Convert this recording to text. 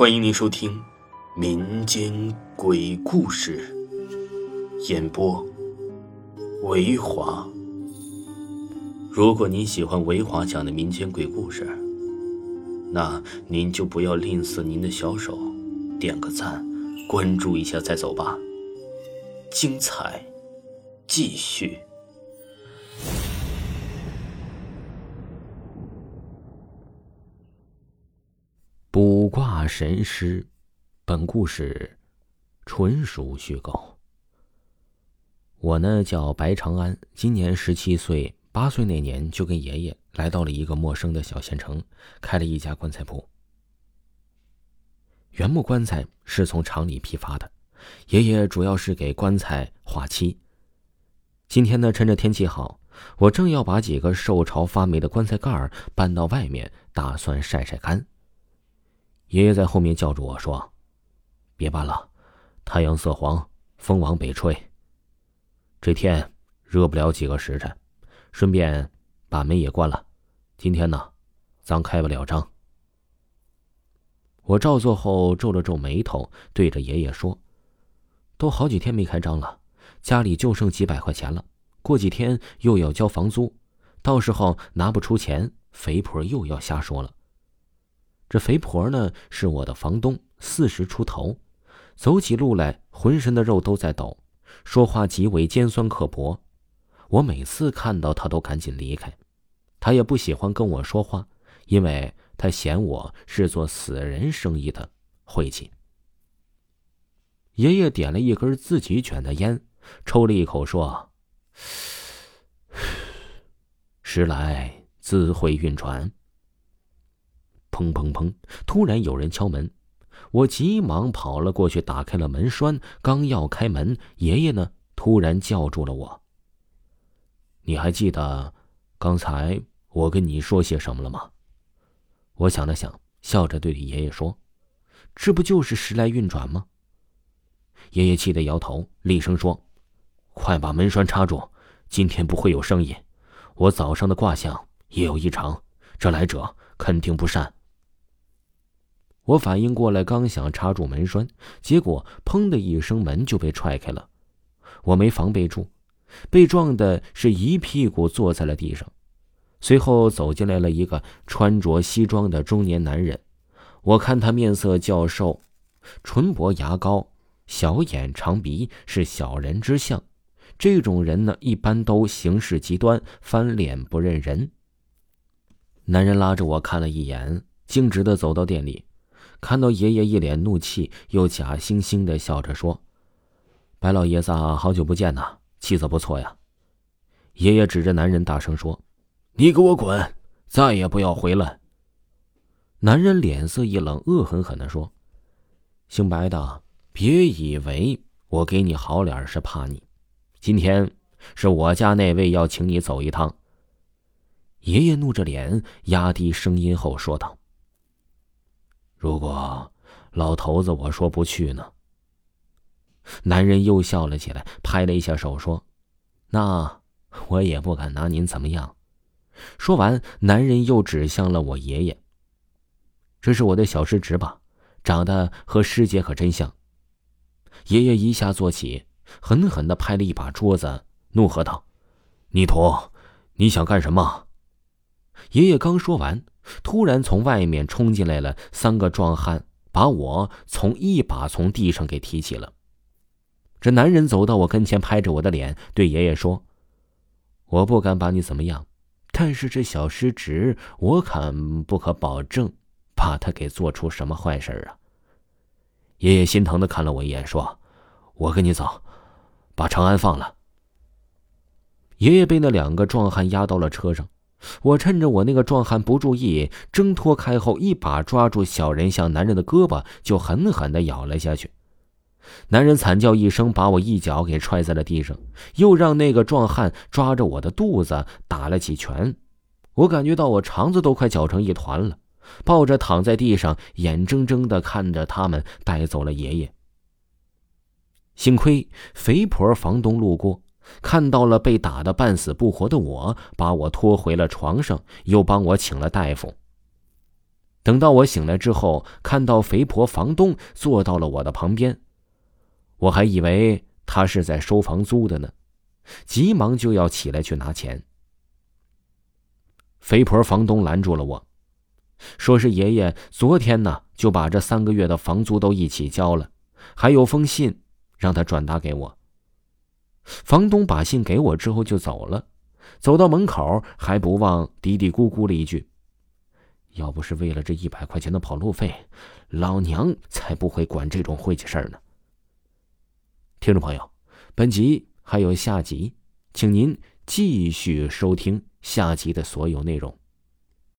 欢迎您收听民间鬼故事，演播维华。如果您喜欢维华讲的民间鬼故事，那您就不要吝啬您的小手，点个赞，关注一下再走吧。精彩继续。 卜卦神师，本故事纯属虚构。我呢叫白长安，今年17岁，8岁那年就跟爷爷来到了一个陌生的小县城，开了一家棺材铺。原木棺材是从厂里批发的，爷爷主要是给棺材画漆。今天呢，趁着天气好，我正要把几个受潮发霉的棺材盖搬到外面，打算晒晒干。爷爷在后面叫住我说：“别搬了，太阳色黄，风往北吹。这天热不了几个时辰，顺便把门也关了。今天呢，咱开不了张。”我照做后皱了皱眉头，对着爷爷说：“都好几天没开张了，家里就剩几百块钱了，过几天又要交房租，到时候拿不出钱，肥婆又要瞎说了。”这肥婆呢，是我的房东，40出头，走起路来浑身的肉都在抖，说话极为尖酸刻薄。我每次看到他都赶紧离开，他也不喜欢跟我说话，因为他嫌我是做死人生意的，晦气。爷爷点了一根自己卷的烟，抽了一口说：“时来自会运转。”砰砰砰！突然有人敲门，我急忙跑了过去，打开了门栓。刚要开门，爷爷呢突然叫住了我：“你还记得刚才我跟你说些什么了吗？”我想了想，笑着对爷爷说：“这不就是时来运转吗？”爷爷气得摇头，厉声说：“快把门栓插住，今天不会有生意。我早上的卦象也有异常，这来者肯定不善。”我反应过来，刚想插住门栓，结果砰的一声，门就被踹开了。我没防备住，被撞的是一屁股坐在了地上。随后走进来了一个穿着西装的中年男人，我看他面色较瘦，唇薄牙高，小眼长鼻，是小人之相。这种人呢，一般都行事极端，翻脸不认人。男人拉着我看了一眼，径直地走到店里，看到爷爷一脸怒气，又假惺惺地笑着说：“白老爷子好久不见呐，气色不错呀。”爷爷指着男人大声说：“你给我滚，再也不要回来。”男人脸色一冷，恶狠狠地说：“姓白的，别以为我给你好脸是怕你，今天是我家那位要请你走一趟。”爷爷怒着脸，压低声音后说道：“如果老头子我说不去呢？”男人又笑了起来，拍了一下手说：“那我也不敢拿您怎么样。”说完，男人又指向了我爷爷：“这是我的小师侄吧，长得和师姐可真像。”爷爷一下坐起，狠狠地拍了一把桌子，怒喝道：“逆徒，你想干什么？”爷爷刚说完，突然从外面冲进来了3个壮汉，把我一把从地上给提起了。这男人走到我跟前，拍着我的脸，对爷爷说：“我不敢把你怎么样，但是这小师侄我不可保证把他给做出什么坏事啊。”爷爷心疼地看了我一眼，说：“我跟你走，把长安放了。”爷爷被那2个壮汉押到了车上，我趁着我那个壮汉不注意，挣脱开后，一把抓住小人像男人的胳膊，就狠狠地咬了下去。男人惨叫一声，把我一脚给踹在了地上，又让那个壮汉抓着我的肚子打了几拳。我感觉到我肠子都快搅成一团了，抱着躺在地上，眼睁睁地看着他们带走了爷爷。幸亏肥婆房东路过，看到了被打得半死不活的我，把我拖回了床上，又帮我请了大夫。 等到我醒来之后，看到肥婆房东坐到了我的旁边，我还以为他是在收房租的呢，急忙就要起来去拿钱。肥婆房东拦住了我，说是爷爷昨天呢就把这3个月的房租都一起交了，还有封信让他转达给我。房东把信给我之后就走了，走到门口还不忘嘀嘀咕咕了一句：要不是为了这100块钱的跑路费，老娘才不会管这种晦气事儿呢。听众朋友，本集还有下集，请您继续收听下集的所有内容。